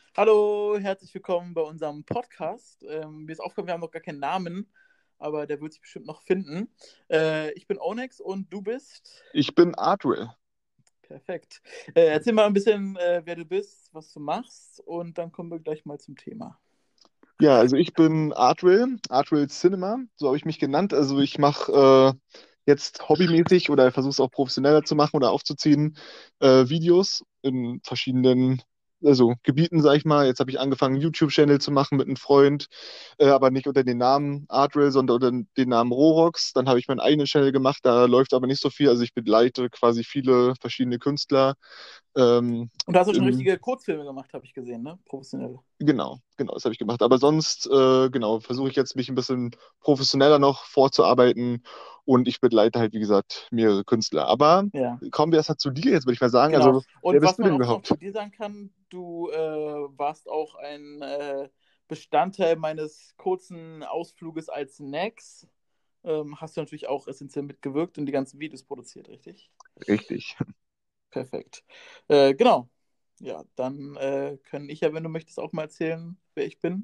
Hallo, herzlich willkommen bei unserem Podcast. Mir ist aufgefallen, wir haben noch gar keinen Namen, aber der wird sich bestimmt noch finden. Ich bin Onex und du bist? Ich bin Artwell. Perfekt. Erzähl mal ein bisschen, wer du bist, was du machst und dann kommen wir gleich mal zum Thema. Ja, also ich bin Artwell, Artwell Cinema, so habe ich mich genannt. Also ich mache jetzt hobbymäßig oder versuche es auch professioneller zu machen oder aufzuziehen, Videos in verschiedenen Gebieten, sag ich mal. Jetzt habe ich angefangen, einen YouTube-Channel zu machen mit einem Freund, aber nicht unter dem Namen Artwell, sondern unter dem Namen Rorox. Dann habe ich meinen eigenen Channel gemacht, da läuft aber nicht so viel. Also ich begleite quasi viele verschiedene Künstler. Und da hast du schon Im richtige Kurzfilme gemacht, habe ich gesehen, ne? Professionell. Genau, das habe ich gemacht. Aber sonst, genau, versuche ich jetzt mich ein bisschen professioneller noch vorzuarbeiten und ich begleite halt, wie gesagt, mehrere Künstler. Aber Ja, kommen wir erstmal zu dir jetzt, würde ich mal sagen. genau. Also, wer Und bist was du man denn auch noch überhaupt? zu dir sagen kann, du warst auch ein Bestandteil meines kurzen Ausfluges als Nex. Hast du natürlich auch essentiell mitgewirkt und die ganzen Videos produziert, richtig? Richtig. Perfekt. Genau. Ja, dann kann ich ja, wenn du möchtest, auch mal erzählen, wer ich bin.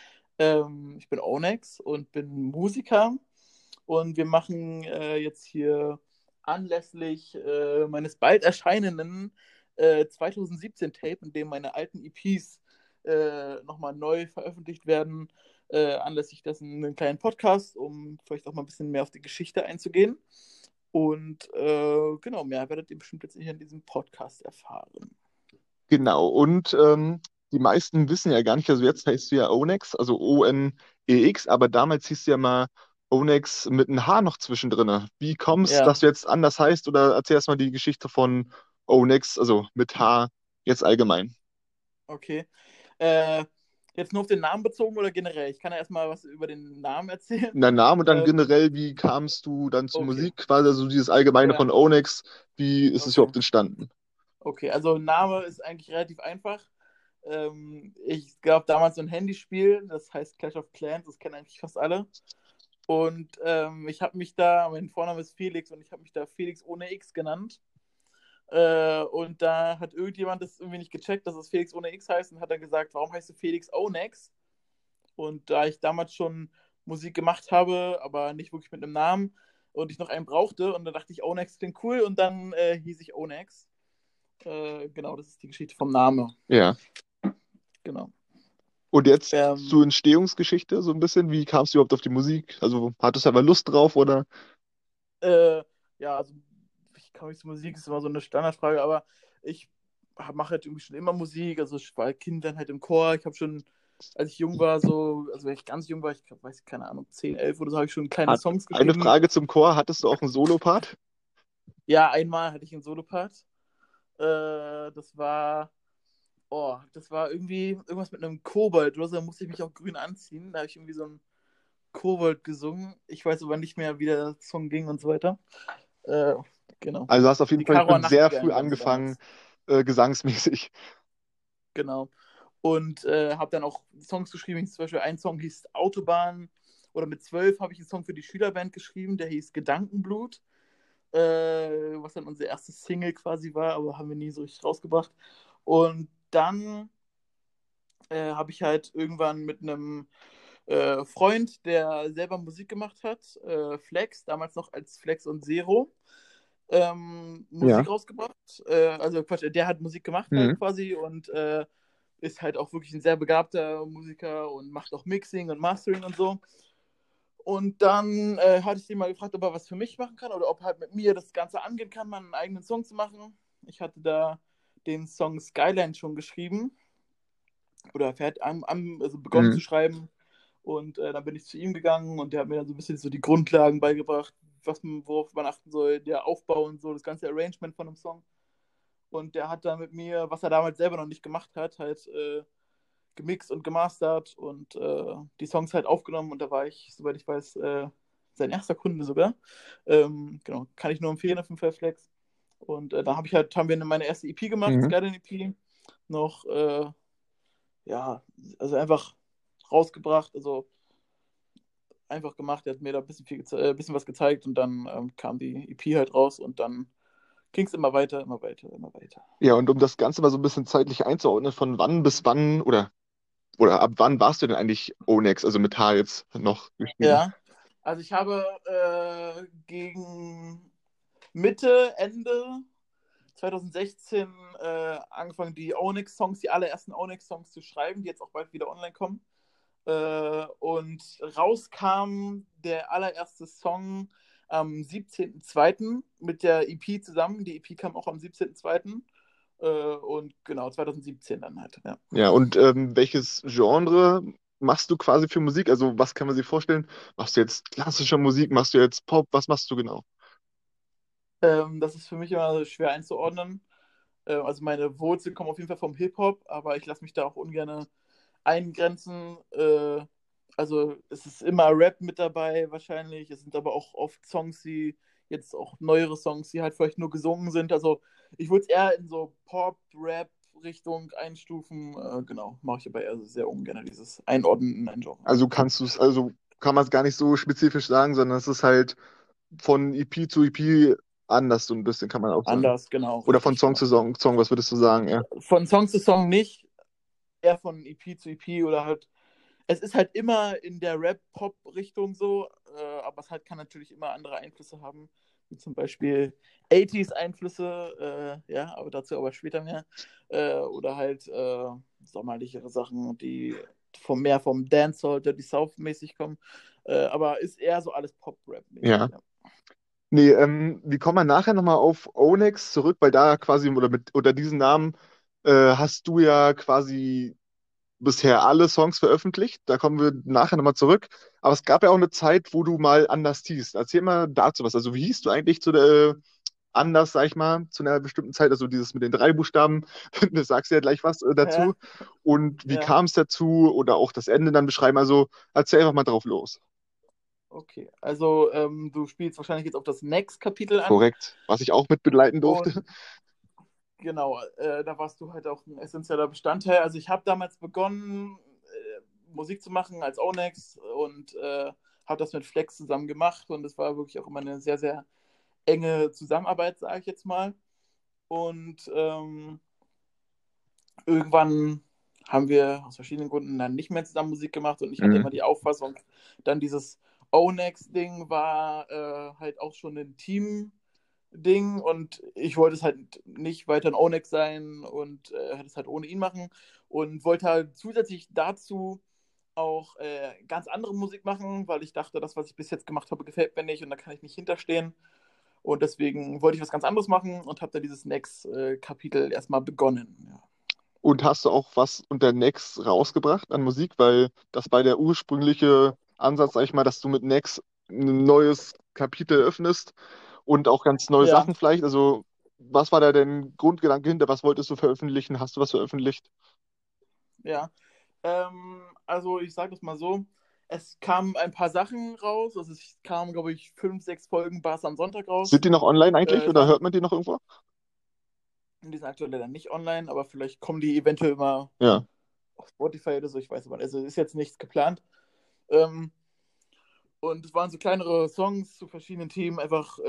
Ich bin Onex und bin Musiker und wir machen jetzt hier anlässlich meines bald erscheinenden 2017 Tape, in dem meine alten EPs nochmal neu veröffentlicht werden, anlässlich dessen einen kleinen Podcast, um vielleicht auch mal ein bisschen mehr auf die Geschichte einzugehen. Und genau, mehr werdet ihr bestimmt jetzt hier in diesem Podcast erfahren. Genau. Und die meisten wissen ja gar nicht, also jetzt heißt du ja Onex, also Onex, aber damals hieß du ja mal Onex mit einem H noch zwischendrin. Wie kommst, Ja, dass du jetzt anders heißt? Oder erzähl erst mal die Geschichte von Onex, also mit H jetzt allgemein. okay. Äh, Jetzt nur auf den Namen bezogen oder generell? Ich kann ja erstmal was über den Namen erzählen. Dein Name und dann Ähm, generell, wie kamst du dann zur okay, Musik? Quasi also dieses Allgemeine ja, von Onex, wie ist es okay. überhaupt entstanden? Okay, also Name ist eigentlich relativ einfach. Ich gab damals so ein Handyspiel, das heißt Clash of Clans, das kennen eigentlich fast alle. Und ich habe mich da, mein Vorname ist Felix und ich habe mich da Felix ohne X genannt. Und da hat irgendjemand das irgendwie nicht gecheckt, dass es Felix ohne X heißt und hat dann gesagt, warum heißt du Felix Onex? Und da ich damals schon Musik gemacht habe, aber nicht wirklich mit einem Namen und ich noch einen brauchte und dann dachte ich, Onex klingt cool und dann hieß ich Onex. Genau, das ist die Geschichte vom Namen. Ja. Genau. Und jetzt zur Ähm, Entstehungsgeschichte so ein bisschen, wie kamst du überhaupt auf die Musik? Also hattest du einfach Lust drauf oder? äh, ja, also ich komme nicht zur Musik, ist immer so eine Standardfrage, aber ich mache halt irgendwie schon immer Musik. Also ich war als Kind dann halt im Chor. Ich habe schon, als ich jung war, so, also wenn ich ganz jung war, ich glaub, weiß keine Ahnung, 10, 11 oder so, habe ich schon kleine Hat Songs eine geschrieben. Frage zum Chor, hattest du auch einen Solopart? Ja, einmal hatte ich einen Solopart. Das war, oh, das war irgendwie irgendwas mit einem Kobold oder so. Da musste ich mich auch grün anziehen. Da habe ich irgendwie so einen Kobold gesungen. Ich weiß aber nicht mehr, wie der Song ging und so weiter. Äh, genau. Also hast auf jeden Die Fall Karo schon sehr früh Nachtigallen waren sie angefangen, damals. gesangsmäßig. Genau. Und habe dann auch Songs geschrieben. Zum Beispiel ein Song hieß Autobahn. Oder mit 12 habe ich einen Song für die Schülerband geschrieben, der hieß Gedankenblut. Was dann unsere erste Single quasi war, aber haben wir nie so richtig rausgebracht. Und dann habe ich halt irgendwann mit einem Freund, der selber Musik gemacht hat, Flex, damals noch als Flex und Zero, Musik Ja. rausgebracht. Also Quatsch, der hat Musik gemacht halt Mhm. quasi und ist halt auch wirklich ein sehr begabter Musiker und macht auch Mixing und Mastering und so. Und dann hatte ich den mal gefragt, ob er was für mich machen kann oder ob er halt mit mir das Ganze angehen kann, mal einen eigenen Song zu machen. Ich hatte da den Song Skyline schon geschrieben oder also begonnen Mhm. zu schreiben. Und dann bin ich zu ihm gegangen und der hat mir dann so ein bisschen so die Grundlagen beigebracht, worauf man achten soll, der Aufbau und so, das ganze Arrangement von einem Song. Und der hat dann mit mir, was er damals selber noch nicht gemacht hat, halt gemixt und gemastert und die Songs halt aufgenommen. Und da war ich, soweit ich weiß, sein erster Kunde sogar. Genau, kann ich nur empfehlen auf dem Flex. Und da haben wir meine erste EP gemacht, Mhm. Skyline EP, noch, ja, also einfach rausgebracht, also einfach gemacht. Er hat mir da ein bisschen was gezeigt und dann kam die EP halt raus und dann ging es immer weiter, immer weiter, immer weiter. Ja, und um das Ganze mal so ein bisschen zeitlich einzuordnen, von wann bis wann oder ab wann warst du denn eigentlich Onex, also mit H jetzt noch geschrieben? Ja, also ich habe gegen Mitte, Ende 2016 angefangen, die Onyx-Songs, die allerersten Onyx-Songs zu schreiben, die jetzt auch bald wieder online kommen. Und rauskam der allererste Song am 17.02. mit der EP zusammen. Die EP kam auch am 17.02. Und genau, 2017 dann halt, ja. Ja, und welches Genre machst du quasi für Musik? Also was kann man sich vorstellen? Machst du jetzt klassische Musik? Machst du jetzt Pop? Was machst du genau? Das ist für mich immer schwer einzuordnen. Also meine Wurzeln kommen auf jeden Fall vom Hip-Hop, aber ich lasse mich da auch ungern eingrenzen. Also es ist immer Rap mit dabei wahrscheinlich. Es sind aber auch oft Songs, die jetzt auch neuere Songs, die halt vielleicht nur gesungen sind. Also ich würde es eher in so Pop-Rap-Richtung einstufen. Genau, mache ich aber eher sehr ungern dieses Einordnen in ein Genre. Also kann man es gar nicht so spezifisch sagen, sondern es ist halt von EP zu EP anders so ein bisschen, kann man auch sagen. Anders, genau, Oder von richtig, Song genau. zu Song, was würdest du sagen? Ja. Von Song zu Song nicht, eher von EP zu EP oder halt es ist halt immer in der Rap-Pop-Richtung so, aber es halt kann natürlich immer andere Einflüsse haben, wie zum Beispiel 80s-Einflüsse, ja, aber dazu aber später mehr. Oder halt sommerlichere Sachen, die mehr vom Dancehall, Dirty South-mäßig kommen. Aber ist eher so alles Pop-Rap-mäßig, Ja. ja. Nee, wir kommen nachher nochmal auf Onex zurück, weil da quasi, oder mit unter diesem Namen hast du ja quasi bisher alle Songs veröffentlicht. Da kommen wir nachher nochmal zurück. Aber es gab ja auch eine Zeit, wo du mal anders hießt. Erzähl mal dazu was. Also wie hießt du eigentlich anders, sag ich mal, zu einer bestimmten Zeit? Also dieses mit den drei Buchstaben, da sagst du ja gleich was dazu. Ja, Und wie ja, kam es dazu? Oder auch das Ende dann beschreiben. Also erzähl einfach mal drauf los. okay. Also du spielst wahrscheinlich jetzt auf das Next-Kapitel an. Korrekt. Was ich auch mit begleiten durfte. Und genau, da warst du halt auch ein essentieller Bestandteil. Also ich habe damals begonnen, Musik zu machen als Onex und habe das mit Flex zusammen gemacht und es war wirklich auch immer eine sehr, sehr enge Zusammenarbeit, sage ich jetzt mal. Und irgendwann haben wir aus verschiedenen Gründen dann nicht mehr zusammen Musik gemacht und ich hatte Mhm. immer die Auffassung, dann dieses Onex-Ding war halt auch schon ein Team-Ding und ich wollte es halt nicht weiter ein Onex sein und hätte es halt ohne ihn machen und wollte halt zusätzlich dazu auch ganz andere Musik machen, weil ich dachte, das, was ich bis jetzt gemacht habe, gefällt mir nicht und da kann ich nicht hinterstehen. Und deswegen wollte ich was ganz anderes machen und habe dann dieses Next-Kapitel erstmal begonnen. Ja. Und hast du auch was unter Nex rausgebracht an Musik? Weil das war der ursprüngliche Ansatz, sag ich mal, dass du mit Nex ein neues Kapitel öffnest und auch ganz neue Ja, Sachen vielleicht. Also, was war da dein Grundgedanke hinter? Was wolltest du veröffentlichen? Hast du was veröffentlicht? ja. Also ich sage das mal so, es kamen ein paar Sachen raus, also es kamen, glaube ich, 5, 6 Folgen Bars am Sonntag Sind raus. die noch online eigentlich Es oder waren, hört man die noch irgendwo? die sind aktuell leider nicht online, aber vielleicht kommen die eventuell mal Ja. auf Spotify oder so, ich weiß aber, also ist jetzt nichts geplant. Ähm, und es waren so kleinere Songs zu verschiedenen Themen, einfach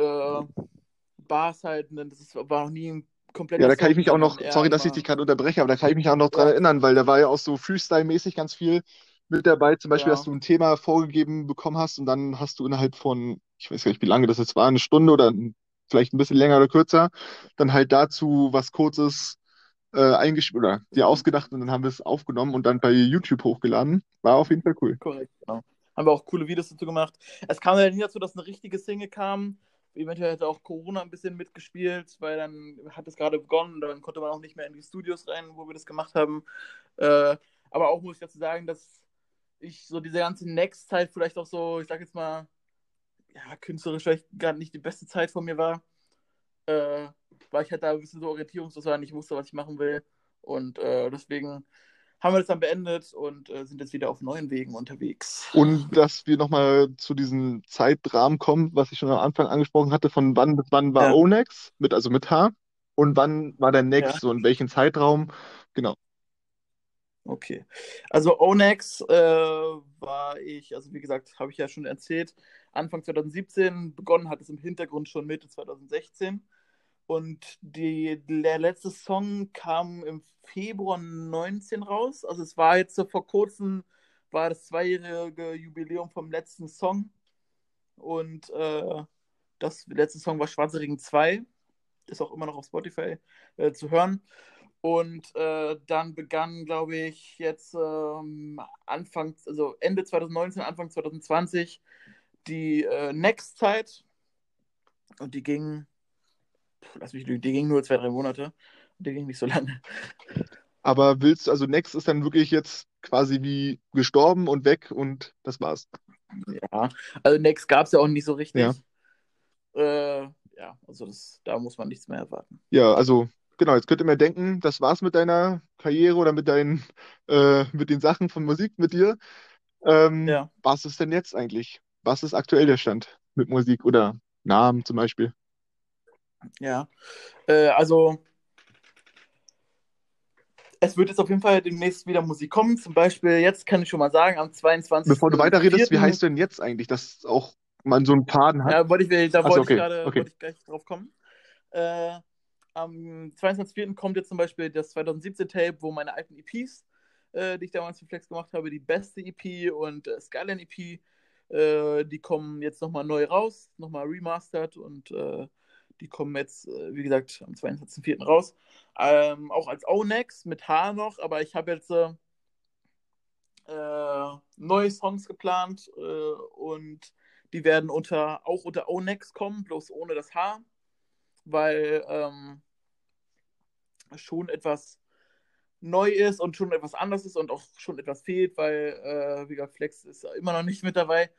Bars halt, und das war noch nie ein Ja, kompletter da kann ich Song, mich auch sondern noch, eher sorry, dass ich dich immer, gerade unterbreche, aber da kann ich mich auch noch dran ja, erinnern, weil da war ja auch so Freestyle-mäßig ganz viel mit dabei. Zum Beispiel, dass ja, du ein Thema vorgegeben bekommen hast und dann hast du innerhalb von, ich weiß gar nicht, wie lange das jetzt war, eine Stunde oder vielleicht ein bisschen länger oder kürzer, dann halt dazu was Kurzes eingespielt oder dir ausgedacht und dann haben wir es aufgenommen und dann bei YouTube hochgeladen. War auf jeden Fall cool. korrekt, genau. Haben wir auch coole Videos dazu gemacht. Es kam ja nie dazu, dass eine richtige Single kam. Eventuell hätte auch Corona ein bisschen mitgespielt, weil dann hat es gerade begonnen, dann konnte man auch nicht mehr in die Studios rein, wo wir das gemacht haben. Äh, aber auch muss ich dazu sagen, dass ich so diese ganze Next-Zeit vielleicht auch so, ich sag jetzt mal, ja, künstlerisch vielleicht gerade nicht die beste Zeit von mir war. Äh, weil ich halt da ein bisschen so orientierungslos war, nicht wusste, was ich machen will. Und deswegen haben wir das dann beendet und sind jetzt wieder auf neuen Wegen unterwegs. Und dass wir nochmal zu diesem Zeitrahmen kommen, was ich schon am Anfang angesprochen hatte, von wann bis wann war Ja, Onex, also mit H, und wann war der Next, ja, so in welchem Zeitraum? Genau. okay. Also Onex war ich, also wie gesagt, habe ich ja schon erzählt, Anfang 2017 begonnen hat es im Hintergrund schon Mitte 2016. Und der letzte Song kam im Februar 19 raus. Also es war jetzt so vor kurzem, war das 2-jährige Jubiläum vom letzten Song. Und das letzte Song war Schwarze Regen 2. Ist auch immer noch auf Spotify zu hören. Und dann begann, glaube ich, jetzt also Ende 2019, Anfang 2020 die Next-Zeit. Und die ging, lass mich lügen, die ging nur 2, 3 Monate. Die ging nicht so lange. Aber also Next ist dann wirklich jetzt quasi wie gestorben und weg und das war's. Ja, also Next gab es ja auch nicht so Ja. richtig. Ja, also da muss man nichts mehr erwarten. Ja, also genau, jetzt könnt ihr mir denken, das war's mit deiner Karriere oder mit den Sachen von Musik mit dir. Ja, Was ist denn jetzt eigentlich? Was ist aktuell der Stand mit Musik oder Namen zum Beispiel? ja. Also es wird jetzt auf jeden Fall demnächst wieder Musik kommen. Zum Beispiel, jetzt kann ich schon mal sagen, am Bevor du weiterredest, wie 22.04. heißt denn jetzt eigentlich, dass auch man so einen Faden hat? Ja, da Achso, okay, okay. wollte ich gleich drauf kommen. Äh, Am 22.04. kommt jetzt zum Beispiel das 2017-Tape, wo meine alten EPs, die ich damals für Flex gemacht habe, die beste EP und Skyline EP, die kommen jetzt nochmal neu raus, nochmal remastered und die kommen jetzt, wie gesagt, am 22.04. raus. Auch als O-Nex mit H noch, aber ich habe jetzt neue Songs geplant und die werden auch unter O-Nex kommen, bloß ohne das H, weil schon etwas neu ist und schon etwas anders ist und auch schon etwas fehlt, weil, wie gesagt, Flex ist immer noch nicht mit dabei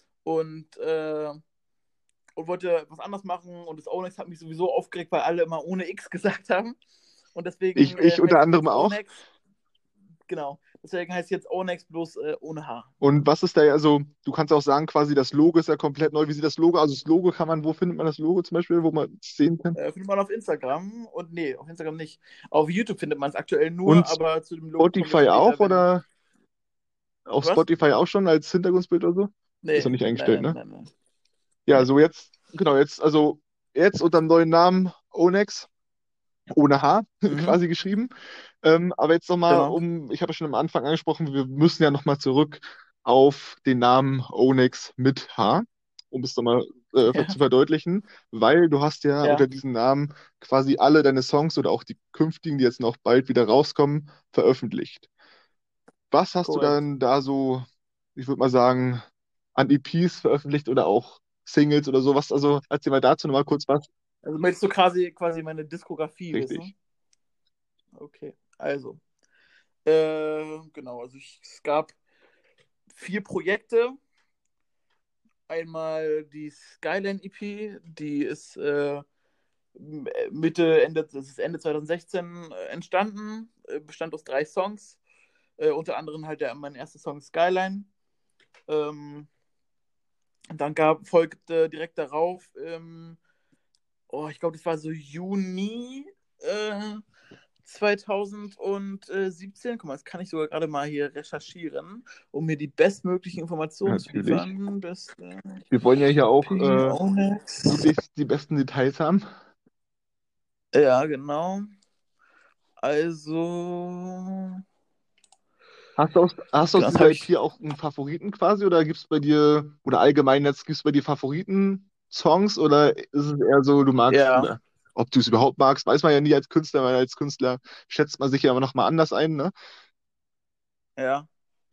und wollte was anderes machen und das Onex hat mich sowieso aufgeregt, weil alle immer ohne X gesagt haben und deswegen Ich unter heißt es anderem jetzt auch. Onex, genau, deswegen heißt es jetzt Onex bloß ohne H. Und was ist da, also du kannst auch sagen, quasi das Logo ist ja komplett neu. Wie sieht das Logo? Also das Logo wo findet man das Logo zum Beispiel, wo man es sehen kann? Findet man auf Instagram und nee, auf Instagram nicht. Auf YouTube findet man es aktuell nur, Und aber zu dem Logo kommen wir Spotify auch später, wenn. oder auf Was? Spotify auch schon als Hintergrundbild oder so? Ist noch Nee, nicht nein, eingestellt, nein, ne? nein, nein. Ja, Nee. so jetzt, genau, jetzt unter dem neuen Namen Onex, ohne H, Mhm, quasi geschrieben. Aber jetzt nochmal, genau. ich habe ja schon am Anfang angesprochen, wir müssen ja nochmal zurück auf den Namen Onex mit H, um es nochmal Ja, zu verdeutlichen, weil du hast ja ja, unter diesem Namen quasi alle deine Songs oder auch die künftigen, die jetzt noch bald wieder rauskommen, veröffentlicht. Was hast du korrekt. dann da so, ich würde mal sagen, an EPs veröffentlicht oder auch Singles oder sowas? Also erzähl mal dazu nochmal kurz was. Also möchtest du quasi meine Diskografie Richtig. wissen? Okay, also. Genau, also es gab 4 Projekte. Einmal die Skyline EP, die ist das ist Ende 2016 entstanden, bestand aus 3 Songs, unter anderem halt mein erster Song Skyline. Ähm, Dann folgte direkt darauf, ich glaube, das war so Juni 2017. Guck mal, das kann ich sogar gerade mal hier recherchieren, um mir die bestmöglichen Informationen zu Natürlich. liefern. Beste Wir wollen ja hier auch P Onyx. möglichst die besten Details haben. Ja, genau. Also, Hast du aus genau, das dieser habe EP ich. auch einen Favoriten quasi oder gibt es bei dir, oder allgemein jetzt, gibt es bei dir Favoriten-Songs oder ist es eher so, du magst, Ja, oder ob du es überhaupt magst, weiß man ja nie als Künstler, weil als Künstler schätzt man sich ja aber nochmal anders ein, ne? ja.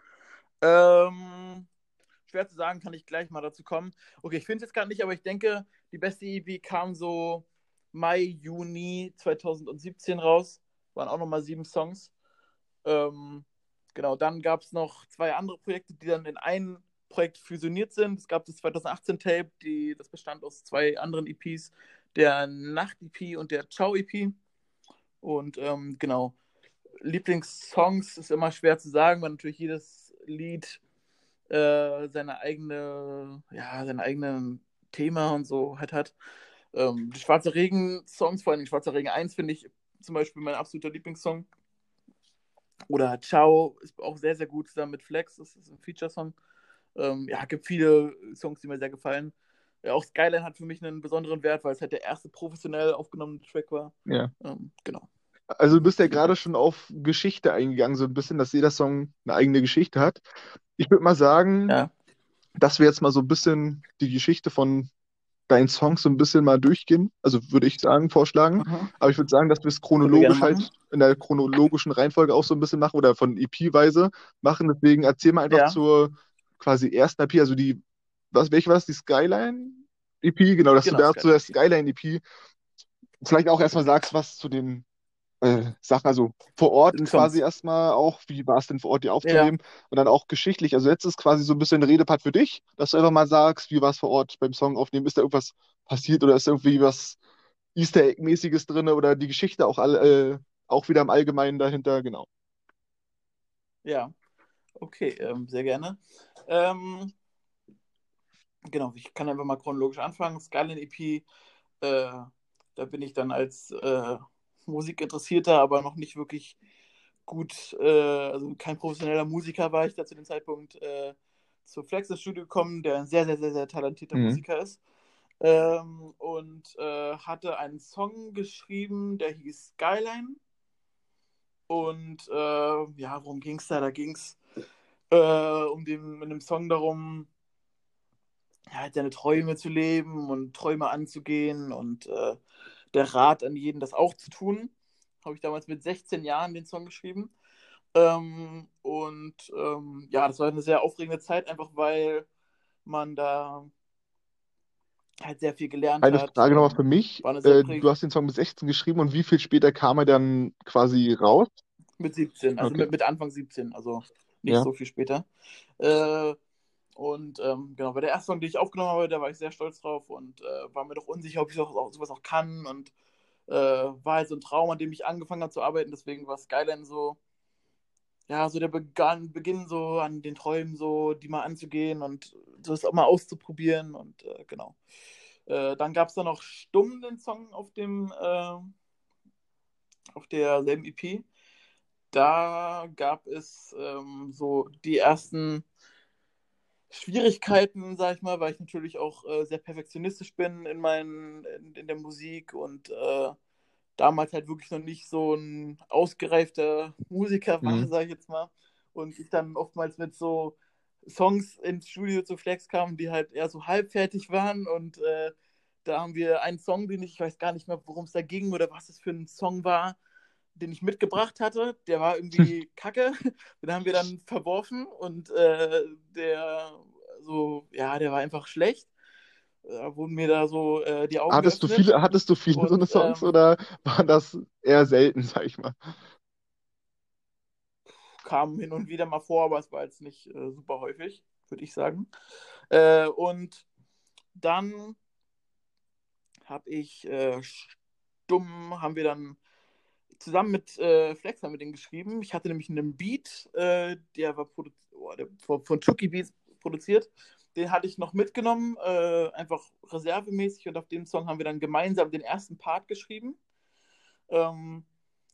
Ähm, Schwer zu sagen, kann ich gleich mal dazu kommen. Okay, ich finde es jetzt gerade nicht, aber ich denke, die beste EP kam so Mai, Juni 2017 raus. Waren auch nochmal 7 Songs. Ähm, genau, dann gab es noch 2 andere Projekte, die dann in ein Projekt fusioniert sind. Es gab das 2018-Tape, das bestand aus 2 anderen EPs, der Nacht-EP und der Ciao-EP. Und genau, Lieblingssongs ist immer schwer zu sagen, weil natürlich jedes Lied seine eigenen Thema und so halt hat. Die Schwarze Regen-Songs, vor allem Schwarzer Regen 1, finde ich zum Beispiel mein absoluter Lieblingssong. Oder Ciao ist auch sehr, sehr gut zusammen mit Flex, das ist ein Feature-Song. Ja, gibt viele Songs, die mir sehr gefallen. ja, auch Skyline hat für mich einen besonderen Wert, weil es halt der erste professionell aufgenommene Track war. Ja. Genau. Also du bist ja gerade schon auf Geschichte eingegangen, so ein bisschen, dass jeder Song eine eigene Geschichte hat. Ich würde mal sagen, Ja. dass wir jetzt mal so ein bisschen die Geschichte von deinen Songs so ein bisschen mal durchgehen. Also würde ich sagen, vorschlagen. Mhm. Aber ich würde sagen, dass wir es Können wir gerne chronologisch machen. halt in der chronologischen Reihenfolge auch so ein bisschen machen oder von EP-weise machen. Deswegen erzähl mal einfach Ja, zur quasi ersten EP, also welche war das? Die Skyline EP? Genau, dass du genau, da zu der Skyline EP. Skyline EP vielleicht auch erstmal sagst, was zu den Sachen, also vor Ort Den quasi Songs. erstmal auch, wie war es denn vor Ort, die Ja, aufzunehmen und dann auch geschichtlich. Also jetzt ist quasi so ein bisschen ein Redepart für dich, dass du einfach mal sagst, wie war es vor Ort beim Song aufnehmen, ist da irgendwas passiert oder ist irgendwie was Easter Egg-mäßiges drin oder die Geschichte auch wieder im Allgemeinen dahinter, genau. ja, okay, sehr gerne. Ähm, genau, ich kann einfach mal chronologisch anfangen. Skyline EP, da bin ich dann als Musikinteressierter, aber noch nicht wirklich gut, also kein professioneller Musiker war ich da zu dem Zeitpunkt zu Flex ins Studio gekommen, der ein sehr, sehr, sehr, sehr talentierter Mhm. Musiker ist. Und hatte einen Song geschrieben, der hieß Skyline. Und ja, worum ging es da? Da ging es in dem Song darum, ja, halt seine Träume zu leben und Träume anzugehen und der Rat an jeden, das auch zu tun. Habe ich damals mit 16 Jahren den Song geschrieben. Ja, das war eine sehr aufregende Zeit, einfach weil man da halt sehr viel gelernt Eine hat. Frage nochmal für mich. War eine sehr Du präg hast den Song mit 16 geschrieben und wie viel später kam er dann quasi raus? mit 17, also Okay, mit Anfang 17, also nicht ja. so viel später. Äh, genau, bei der ersten Song, die ich aufgenommen habe, da war ich sehr stolz drauf und war mir doch unsicher, ob ich sowas auch kann und war halt so ein Traum, an dem ich angefangen habe zu arbeiten. Deswegen war Skyline so, ja, so der Beginn so an den Träumen, so die mal anzugehen und so das auch mal auszuprobieren und genau. Dann gab es da noch Stumm, den Song auf derselben EP. Da gab es so die ersten Schwierigkeiten, sag ich mal, weil ich natürlich auch sehr perfektionistisch bin in der Musik und damals halt wirklich noch nicht so ein ausgereifter Musiker war, Mhm. sag ich jetzt mal. Und ich dann oftmals mit so Songs ins Studio zu Flex kam, die halt eher so halbfertig waren und da haben wir einen Song, ich weiß gar nicht mehr, worum es da ging oder was es für ein Song war, den ich mitgebracht hatte. Der war irgendwie kacke. Den haben wir dann verworfen und der war einfach schlecht. Da wurden mir da so die Augen geöffnet Hattest du viele so eine und Songs oder war das eher selten, sag ich mal? kam hin und wieder mal vor, aber es war jetzt nicht super häufig, würde ich sagen. Und dann habe ich haben wir dann zusammen mit Flex haben wir den geschrieben. Ich hatte nämlich einen Beat, der von Chucky Beats produziert. Den hatte ich noch mitgenommen, einfach reservemäßig. Und auf dem Song haben wir dann gemeinsam den ersten Part geschrieben. Ähm,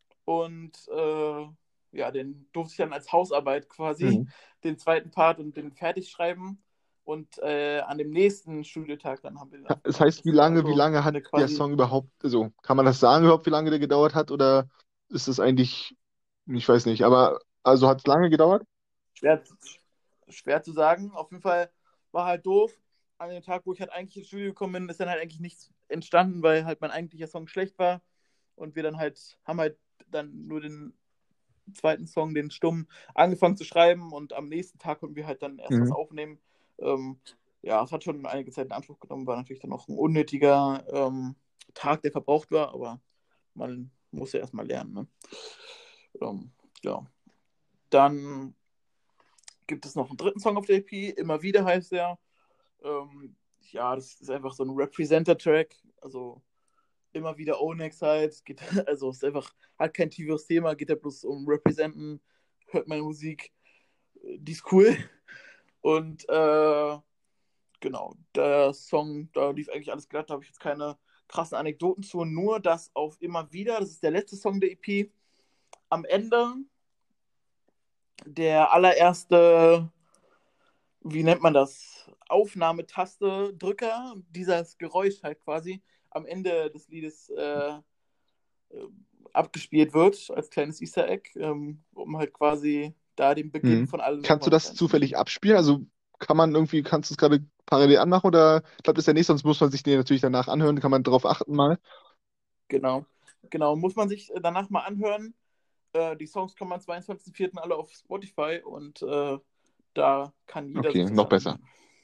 ja, den durfte ich dann als Hausarbeit quasi, Mhm. den zweiten Part und den fertig schreiben. Und an dem nächsten Studiotag dann haben wir den Das aufgenommen. heißt, Das war wie also lange hat eine der quasi Song überhaupt, also kann man das sagen überhaupt, wie lange der gedauert hat oder ist es eigentlich, ich weiß nicht, aber also hat es lange gedauert? schwer, schwer zu sagen. Auf jeden Fall war halt doof. An dem Tag, wo ich halt eigentlich ins Studio gekommen bin, ist dann halt eigentlich nichts entstanden, weil halt mein eigentlicher Song schlecht war. Und wir dann halt, haben halt dann nur den zweiten Song, den Stumm, angefangen zu schreiben und am nächsten Tag konnten wir halt dann erst was Mhm. aufnehmen. Ähm, ja, es hat schon einige Zeit in Anspruch genommen, war natürlich dann auch ein unnötiger Tag, der verbraucht war, aber man muss ja erstmal lernen. Ne? Ja. Dann gibt es noch einen dritten Song auf der EP, immer wieder heißt der. Ähm, ja, das ist einfach so ein Representer-Track, also immer wieder Onyx halt. Also es ist einfach, hat kein tieferes Thema, geht ja bloß um Representen, hört meine Musik, die ist cool. Und genau, der Song, da lief eigentlich alles glatt, da habe ich jetzt keine krassen Anekdoten zu, nur dass auf immer wieder, das ist der letzte Song der EP, am Ende der allererste wie nennt man das? Aufnahmetaste, Drücker, dieses Geräusch halt quasi am Ende des Liedes abgespielt wird, als kleines Easter Egg, um halt quasi da den Beginn Mhm. von allem Kannst du nochmal mit das zufällig reinzunehmen. abspielen? Also kannst du es gerade parallel anmachen oder klappt es ja nicht, sonst muss man sich den natürlich danach anhören, kann man darauf achten mal. Genau. Genau, muss man sich danach mal anhören. Die Songs kommen am 22.04. alle auf Spotify und da kann jeder sich Okay, das noch dann besser. anhören.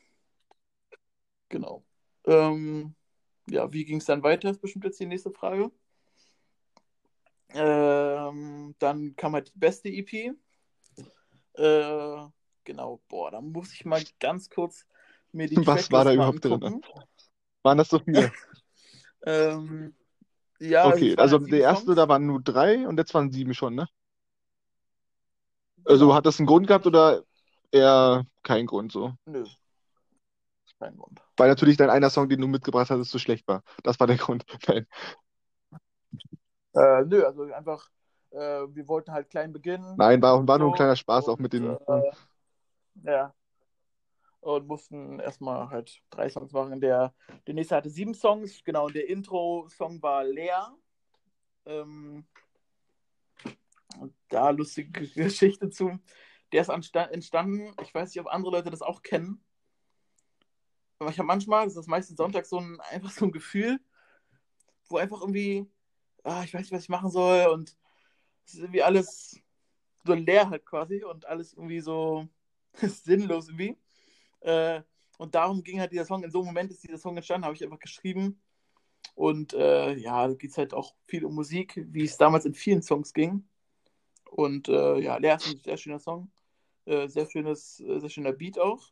Genau. Ähm, ja, wie ging es dann weiter? Ist bestimmt jetzt die nächste Frage. Dann kam halt die beste EP. Genau, boah, da muss ich mal ganz kurz mir die Was war da Tracklist mal überhaupt drin? angucken. Waren das so viele? Ähm, ja, also Okay, es waren also halt der 7 erste, da Songs. waren nur 3 und jetzt waren 7 schon, ne? Also Genau. hat das einen Grund gehabt oder eher keinen Grund so? Nö, kein Grund. Weil natürlich dein einer Song, den du mitgebracht hattest, so schlecht war. Das war der Grund. Nein. Nö, also einfach, wir wollten halt klein beginnen. Nein, war nur ein So kleiner Spaß auch und mit dem Song. ja, und mussten erstmal halt 3 Songs machen. Der nächste hatte 7 Songs, genau, und der Intro-Song war leer. Ähm, und da lustige Geschichte zu. Der ist entstanden, ich weiß nicht, ob andere Leute das auch kennen, aber ich habe manchmal, das ist meistens Sonntag, einfach so ein Gefühl, wo einfach irgendwie, ich weiß nicht, was ich machen soll und es ist irgendwie alles so leer halt quasi und alles irgendwie so sinnlos irgendwie. Äh, und darum ging halt dieser Song, in so einem Moment ist dieser Song entstanden, habe ich einfach geschrieben. Und ja, da geht es halt auch viel um Musik, wie es damals in vielen Songs ging. Und ja, Leer ist ein sehr schöner Song. Sehr schöner Beat auch.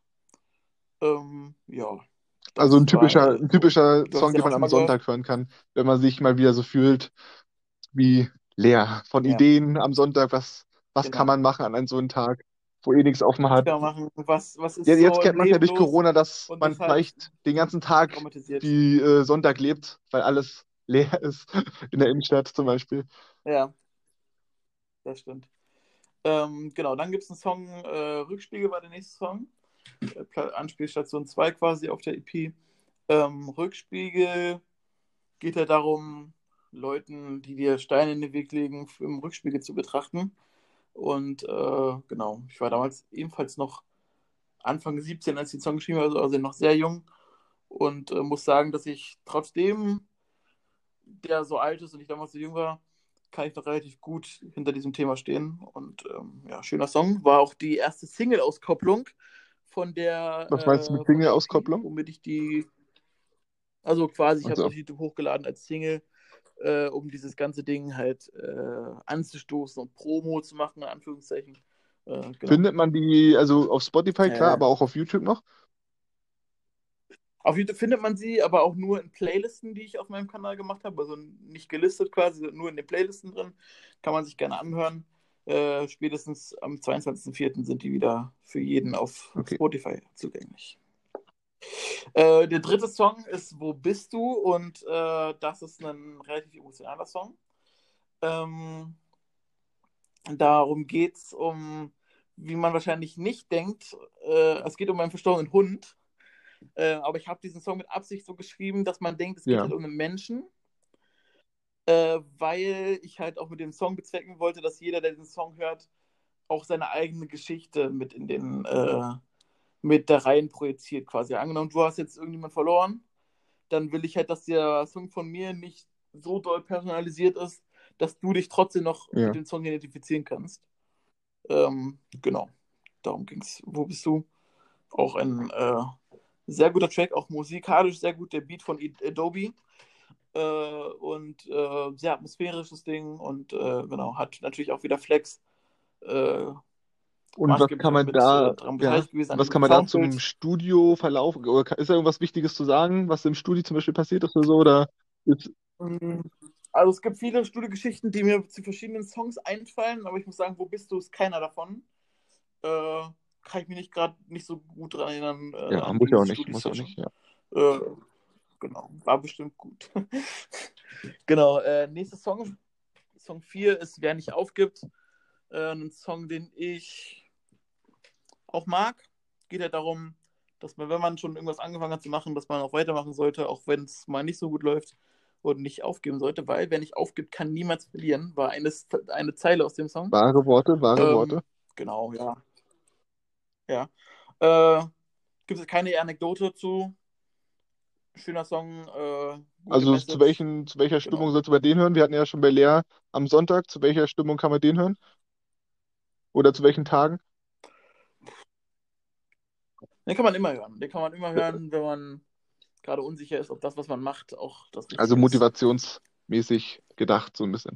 Ja, Also das war ein so. typischer Du hast Song, den den auch man schon am mal gehört? Sonntag hören kann, wenn man sich mal wieder so fühlt wie leer von Ja, Ideen am Sonntag. Was kann genau. man machen an einem so einem Tag, wo eh nichts offen Was hat? kann man machen? Was Ja, ist jetzt so kennt im man es ja Leben durch los? Corona, dass Und man das halt vielleicht den ganzen Tag dramatisiert. wie Sonntag lebt, weil alles leer ist in der Innenstadt zum Beispiel. Ja, das stimmt. Genau, dann gibt es einen Song, Rückspiegel war der nächste Song. Anspielstation 2 quasi auf der EP. Rückspiegel geht ja darum, Leuten, die dir Steine in den Weg legen, im Rückspiegel zu betrachten. Und genau, ich war damals ebenfalls noch Anfang 17, als ich den Song geschrieben habe, also noch sehr jung. Und muss sagen, dass ich trotzdem, der so alt ist und ich damals so jung war, kann ich noch relativ gut hinter diesem Thema stehen. Und ja, schöner Song. War auch die erste Single-Auskopplung Was meinst du mit von der EP, Single-Auskopplung? womit ich die, also quasi, ich habe es Also, auf YouTube hochgeladen als Single, um dieses ganze Ding halt anzustoßen und Promo zu machen, in Anführungszeichen. Genau. findet man die, also auf Spotify, klar, Äh, aber auch auf YouTube noch? auf YouTube findet man sie, aber auch nur in Playlisten, die ich auf meinem Kanal gemacht habe. Also nicht gelistet quasi, nur in den Playlisten drin. Kann man sich gerne anhören. Spätestens am 22.04. sind die wieder für jeden auf Okay. Spotify zugänglich. Der dritte Song ist Wo bist du? Und das ist ein relativ emotionaler Song. Ähm, darum geht es wie man wahrscheinlich nicht denkt, es geht um einen verstorbenen Hund. Aber ich habe diesen Song mit Absicht so geschrieben, dass man denkt, es geht Ja. halt um einen Menschen, weil ich halt auch mit dem Song bezwecken wollte, dass jeder, der den Song hört, auch seine eigene Geschichte mit da rein projiziert quasi. Angenommen, du hast jetzt irgendjemand verloren, dann will ich halt, dass der Song von mir nicht so doll personalisiert ist, dass du dich trotzdem noch mit Ja. dem Song identifizieren kannst. Genau, darum ging's. Wo bist du? Auch ein sehr guter Track, auch musikalisch sehr gut, der Beat von Adobe. Und sehr atmosphärisches Ding und genau, hat natürlich auch wieder Flex Und was maßgeblich kann auch man mit da, daran ja, beteiligt gewesen an was dem kann man da zum Soundbild. Studioverlauf, oder ist da irgendwas Wichtiges zu sagen, was im Studio zum Beispiel passiert ist oder so, oder ist, Mm, Also es gibt viele Studiogeschichten, die mir zu verschiedenen Songs einfallen, aber ich muss sagen, wo bist du, ist keiner davon. Äh, kann ich mich nicht gerade nicht so gut dran erinnern ja, an muss ja auch diese nicht, muss auch Studio-Session. nicht, ja. Äh, genau, war bestimmt gut. Genau, nächster Song, Song 4 ist Wer nicht aufgibt. Ein Song, den ich auch mag. geht halt darum, dass man, wenn man schon irgendwas angefangen hat zu machen, dass man auch weitermachen sollte, auch wenn es mal nicht so gut läuft und nicht aufgeben sollte, weil wer nicht aufgibt, kann niemals verlieren, war eine Zeile aus dem Song. Wahre Worte, wahre Worte. Genau, ja. Ja. Äh, Gibt es keine Anekdote zu? Schöner Song, gute Also zu Message. welcher Stimmung Genau. sollst du bei denen hören? Wir hatten ja schon bei Lea am Sonntag. Zu welcher Stimmung kann man den hören? Oder zu welchen Tagen? Den kann man immer hören. Den kann man immer hören, wenn man gerade unsicher ist, ob das, was man macht, auch das Also Richtige ist. motivationsmäßig gedacht, so ein bisschen.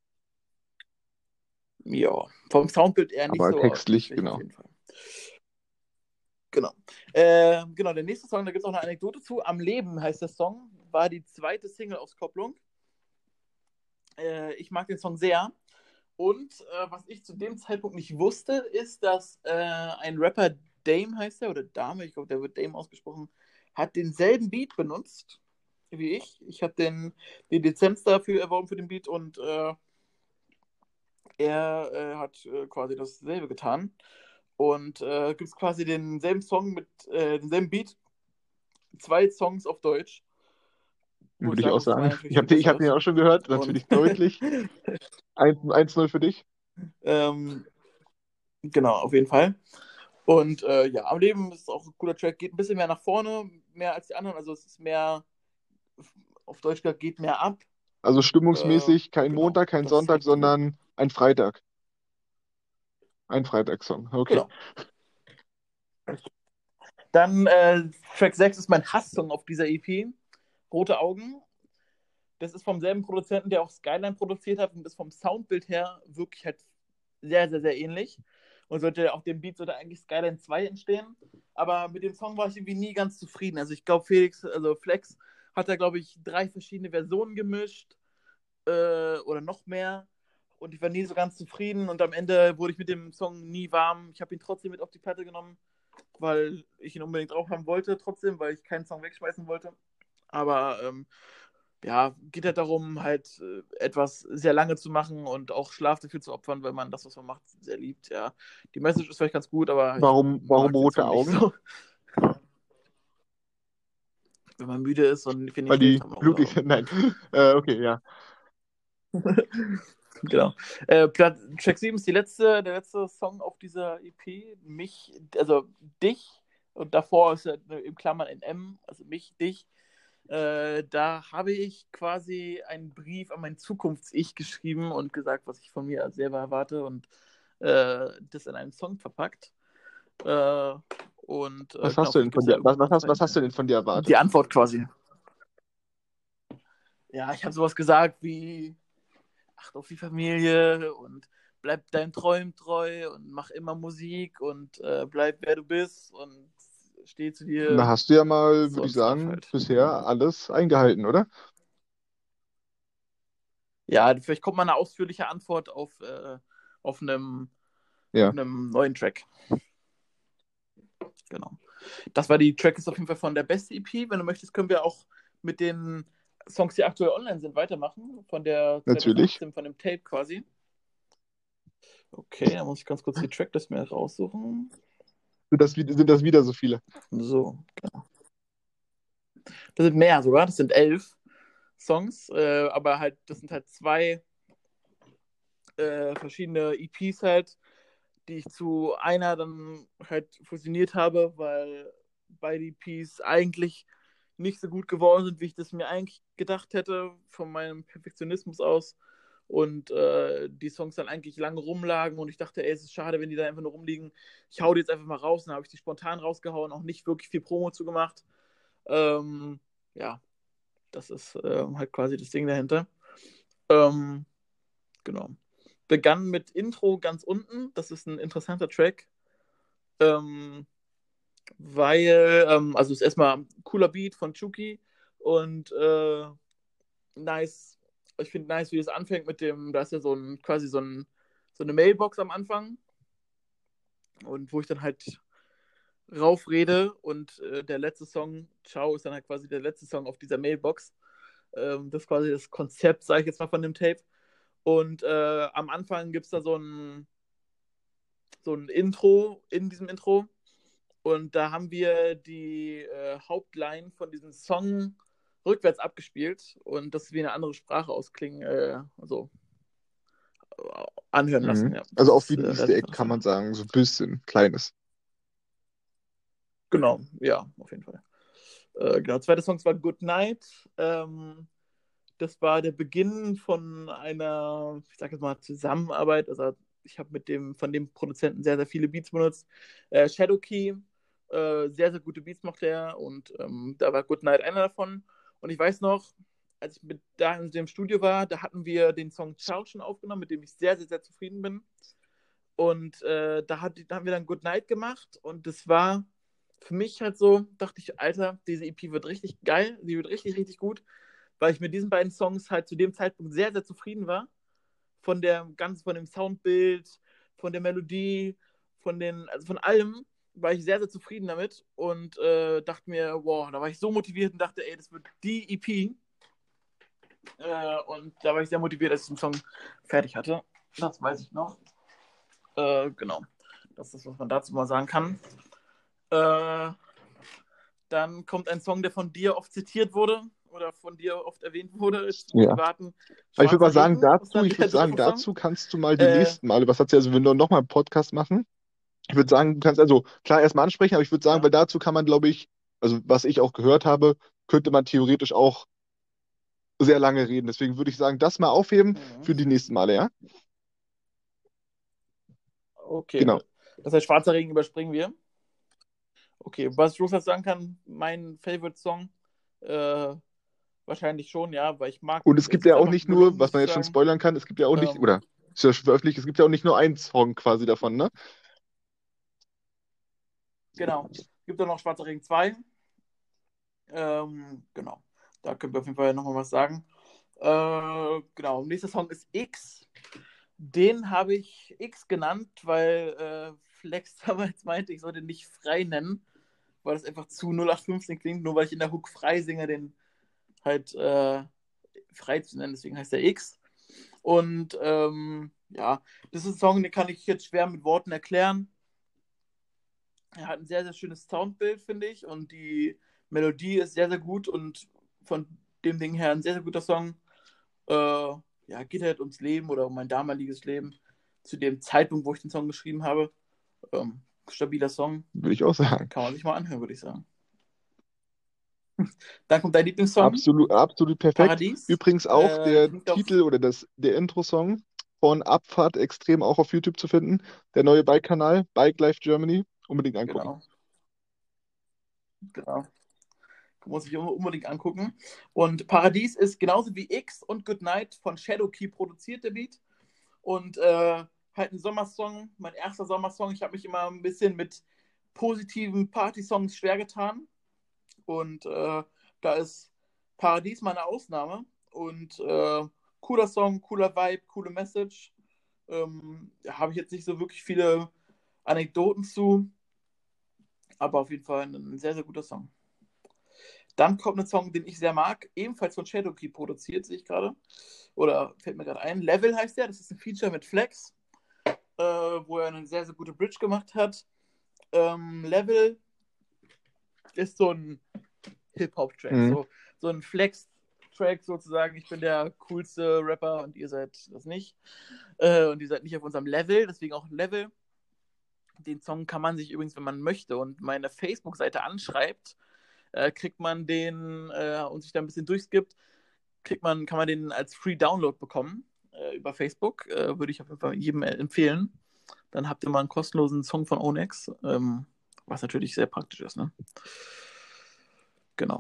Ja, vom Soundbild eher nicht Aber so, aber textlich, textlich auf genau. jeden Fall. Genau. Genau, der nächste Song, da gibt es auch eine Anekdote zu. Am Leben heißt der Song, war die zweite Single-Auskopplung. Ich mag den Song sehr. Und was ich zu dem Zeitpunkt nicht wusste, ist, dass ein Rapper, Dame heißt er, oder Dame, ich glaube, der wird Dame ausgesprochen, hat denselben Beat benutzt wie ich. Ich habe die Lizenz dafür erworben für den Beat und er hat quasi dasselbe getan. Und gibt es quasi denselben Song mit denselben Beat, zwei Songs auf Deutsch, wo ich Würde ich sagen auch muss, dass sagen. meiner natürlich viel Ich besser hab den ist. ja auch schon gehört, Und natürlich deutlich. 1-0 für dich. ähm, genau, auf jeden Fall. Und ja, am Leben ist auch ein cooler Track, geht ein bisschen mehr nach vorne, mehr als die anderen. Also es ist mehr, auf Deutsch gesagt, geht mehr ab. Also Äh, stimmungsmäßig kein genau, Montag, kein das ist Sonntag, eigentlich so. sondern ein Freitag. Ein Freitagssong. Okay. Genau. Dann Track 6 ist mein Hasssong auf dieser EP. Rote Augen. Das ist vom selben Produzenten, der auch Skyline produziert hat und ist vom Soundbild her wirklich halt sehr, sehr, sehr ähnlich. Und sollte auf dem Beat sollte eigentlich Skyline 2 entstehen. Aber mit dem Song war ich irgendwie nie ganz zufrieden. Also ich glaube, Flex hat da, glaube ich, 3 verschiedene Versionen gemischt oder noch mehr. Und ich war nie so ganz zufrieden. Und am Ende wurde ich mit dem Song nie warm. Ich habe ihn trotzdem mit auf die Platte genommen, weil ich ihn unbedingt drauf haben wollte, trotzdem, weil ich keinen Song wegschmeißen wollte. Aber ja, geht halt darum, halt etwas sehr lange zu machen und auch Schlaf dafür zu opfern, weil man das, was man macht, sehr liebt. Ja, die Message ist vielleicht ganz gut, aber ich Warum mag den rote Song nicht Augen? so. Wenn man müde ist und nicht Weil schläft, die hat man rote blutig Augen. sind. Nein. Okay, ja. Genau. Track 7 ist der letzte Song auf dieser EP. Also dich, und davor ist ja im Klammern NM, also mich, dich. Da habe ich quasi einen Brief an mein Zukunfts-Ich geschrieben und gesagt, was ich von mir selber erwarte und das in einen Song verpackt. Was Genau, hast du denn vielleicht gibt von es ja dir, irgendwann mal einen was zweiten hast du Teil. denn von dir Die erwartet? Antwort quasi. Ja, ich habe sowas gesagt wie: Acht auf die Familie und bleib deinen Träumen treu und mach immer Musik und bleib wer du bist und steh zu Da dir. hast du ja mal, So würde ein ich Stuff sagen, halt. bisher alles eingehalten, oder? Ja, vielleicht kommt mal eine ausführliche Antwort auf auf Ja, einem neuen Track. Genau. Das war die Tracklist auf jeden Fall von der beste EP. Wenn du möchtest, können wir auch mit den Songs, die aktuell online sind, weitermachen. Von der natürlich. 2018, von dem Tape quasi. Okay, da muss ich ganz kurz die Tracklist mir raussuchen. Sind das wieder so viele? So, genau. Das sind mehr sogar, das sind 11 Songs, aber halt, das sind halt zwei verschiedene EPs halt, die ich zu einer dann halt fusioniert habe, weil beide EPs eigentlich nicht so gut geworden sind, wie ich das mir eigentlich gedacht hätte, von meinem Perfektionismus aus. Und die Songs dann eigentlich lange rumlagen und ich dachte, ey, es ist schade, wenn die da einfach nur rumliegen. Ich hau die jetzt einfach mal raus. Dann habe ich die spontan rausgehauen, auch nicht wirklich viel Promo zu gemacht. Ja, das ist halt quasi das Ding dahinter. Ähm, genau. Begann mit Intro ganz unten. Das ist ein interessanter Track. Ähm, also ist erstmal ein cooler Beat von Chuki und nice. Ich finde nice, wie es anfängt mit dem, da ist ja quasi so eine Mailbox am Anfang und wo ich dann halt raufrede und der letzte Song, Ciao, ist dann halt quasi der letzte Song auf dieser Mailbox. Das ist quasi das Konzept, sage ich jetzt mal, von dem Tape. Und am Anfang gibt es da so ein Intro in diesem Intro. Und da haben wir die Hauptline von diesem Song rückwärts abgespielt und das wie eine andere Sprache ausklingen, anhören lassen. Ja, Also das auch wie ist ein Easter relativ Egg, kann man interessant. sagen, so ein bisschen kleines. Genau, ja, auf jeden Fall. Genau, zweiter Song war Good Night. Das war der Beginn von einer, ich sag jetzt mal, Zusammenarbeit. Also ich habe von dem Produzenten sehr, sehr viele Beats benutzt. Shadowkey, sehr, sehr gute Beats macht er und da war Good Night einer davon. Und ich weiß noch, als ich da in dem Studio war, da hatten wir den Song Ciao schon aufgenommen, mit dem ich sehr, sehr, sehr zufrieden bin. Und da haben wir dann Good Night gemacht und das war für mich halt so, dachte ich, Alter, diese EP wird richtig geil, die wird richtig, richtig gut, weil ich mit diesen beiden Songs halt zu dem Zeitpunkt sehr, sehr zufrieden war. Von dem Soundbild, von der Melodie, also von allem war ich sehr, sehr zufrieden damit und dachte mir, wow, da war ich so motiviert und dachte, ey, das wird die EP. Und da war ich sehr motiviert, dass ich den Song fertig hatte. Das weiß ich noch. Genau. Das ist, was man dazu mal sagen kann. Dann kommt ein Song, der von dir oft zitiert wurde oder von dir oft erwähnt wurde, ist im Ja. Privaten Aber ich würde mal Schwarzer sagen, Regen, ist dazu, dann ich der würde sagen, dritte Song. dazu kannst du mal die Äh, nächsten Male, was hat sie, also wenn wir nochmal einen Podcast machen, ich würde sagen, du kannst also klar erstmal ansprechen, aber ich würde sagen, ja. weil dazu kann man, glaube ich, also was ich auch gehört habe, könnte man theoretisch auch sehr lange reden. Deswegen würde ich sagen, das mal aufheben Mhm. für die nächsten Male, ja? Okay. Genau. Das heißt, Schwarzer Regen überspringen wir. Okay, was ich bloß sagen kann, mein Favorite-Song, wahrscheinlich schon, ja, weil ich mag, Und es gibt es ja ist auch einfach nicht nur, gelungen, was muss man ich jetzt schon sagen. spoilern kann, es gibt ja auch nicht, oder Ähm, ist ja schon veröffentlicht, es gibt ja auch nicht nur einen Song quasi davon, ne? genau. Gibt auch noch Schwarzer Regen 2. Genau. Da können wir auf jeden Fall nochmal was sagen. Genau. Nächster Song ist X. Den habe ich X genannt, weil Flex damals meinte, ich soll den nicht frei nennen, weil das einfach zu 0815 klingt, nur weil ich in der Hook frei singe, den halt frei zu nennen. Deswegen heißt er X. Und ja, das ist ein Song, den kann ich jetzt schwer mit Worten erklären. Er hat ein sehr, sehr schönes Soundbild, finde ich. Und die Melodie ist sehr, sehr gut. Und von dem Ding her ein sehr, sehr guter Song. Ja, geht halt ums Leben oder um mein damaliges Leben. Zu dem Zeitpunkt, wo ich den Song geschrieben habe. Stabiler Song. Würde ich auch sagen. Kann man sich mal anhören, würde ich sagen. Dann kommt dein Lieblingssong, Absolut, absolut perfekt. Paradies. Übrigens auch der Klingt auf. Titel oder der Intro-Song von Abfahrt extrem auch auf YouTube zu finden. Der neue Bike-Kanal, Bike Life Germany. Unbedingt angucken. Genau, genau. Muss ich unbedingt angucken. Und Paradies ist genauso wie X und Goodnight von Shadowkey produziert, der Beat. Und halt ein Sommersong, mein erster Sommersong. Ich habe mich immer ein bisschen mit positiven Party-Songs schwer getan. Und da ist Paradies meine Ausnahme. Und cooler Song, cooler Vibe, coole Message. Habe ich jetzt nicht so wirklich viele Anekdoten zu, aber auf jeden Fall ein sehr, sehr guter Song. Dann kommt ein Song, den ich sehr mag, ebenfalls von Shadowkey produziert, sehe ich gerade. Oder fällt mir gerade ein. Level heißt der, das ist ein Feature mit Flex, wo er eine sehr, sehr gute Bridge gemacht hat. Level ist so ein Hip-Hop-Track, Mhm. so ein Flex-Track sozusagen. Ich bin der coolste Rapper und ihr seid das nicht. Und ihr seid nicht auf unserem Level, deswegen auch Level. Den Song kann man sich übrigens, wenn man möchte und meine Facebook-Seite anschreibt, kriegt man den und sich da ein bisschen durchskippt, kann man den als Free Download bekommen über Facebook. Würde ich auf jeden Fall jedem empfehlen. Dann habt ihr mal einen kostenlosen Song von Onyx, was natürlich sehr praktisch ist. Ne? Genau.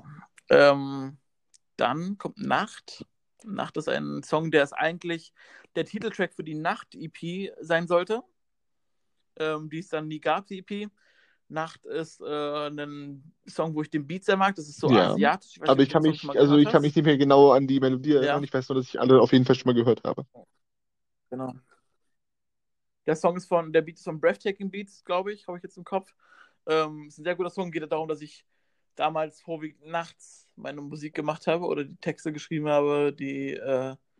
Dann kommt Nacht. Nacht ist ein Song, der ist eigentlich der Titeltrack für die Nacht-EP sein sollte, die es dann nie gab, die EP. Nacht ist ein Song, wo ich den Beat sehr mag. Das ist so Ja. asiatisch. Ich weiß nicht, Aber ob du den Song schon mal also gehört ich kann mich hast. nicht mehr genau an die Melodie erinnern. Ja, Ich weiß nur, dass ich alle auf jeden Fall schon mal gehört habe. genau. Der Beat ist von Breathtaking Beats, glaube ich, habe ich jetzt im Kopf. Ist ein sehr guter Song. Geht darum, dass ich damals vorwiegend nachts meine Musik gemacht habe oder die Texte geschrieben habe, die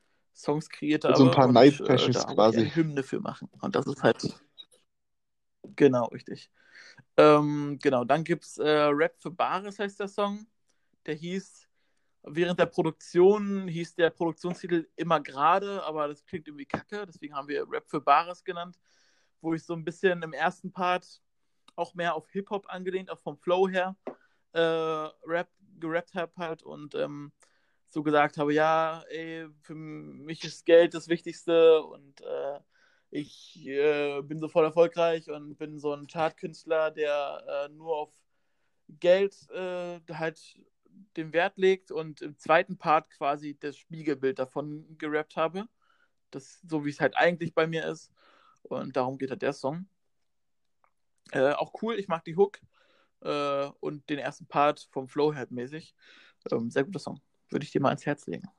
Songs kreiert So ein habe paar und Night Sessions da wollte ich quasi. eine Hymne für machen. Und das ist halt, Genau, richtig. Genau, dann gibt's Rap für Bares heißt der Song. Der hieß, während der Produktion hieß der Produktionstitel immer gerade, aber das klingt irgendwie kacke, deswegen haben wir Rap für Bares genannt, wo ich so ein bisschen im ersten Part auch mehr auf Hip-Hop angelehnt, auch vom Flow her, gerappt habe halt und so gesagt habe, ja, ey, für mich ist Geld das Wichtigste und ich bin so voll erfolgreich und bin so ein Chartkünstler, der nur auf Geld halt den Wert legt und im zweiten Part quasi das Spiegelbild davon gerappt habe. Das, so wie es halt eigentlich bei mir ist. Und darum geht halt der Song. Auch cool, ich mag die Hook und den ersten Part vom Flow halt mäßig. Sehr guter Song. Würde ich dir mal ans Herz legen.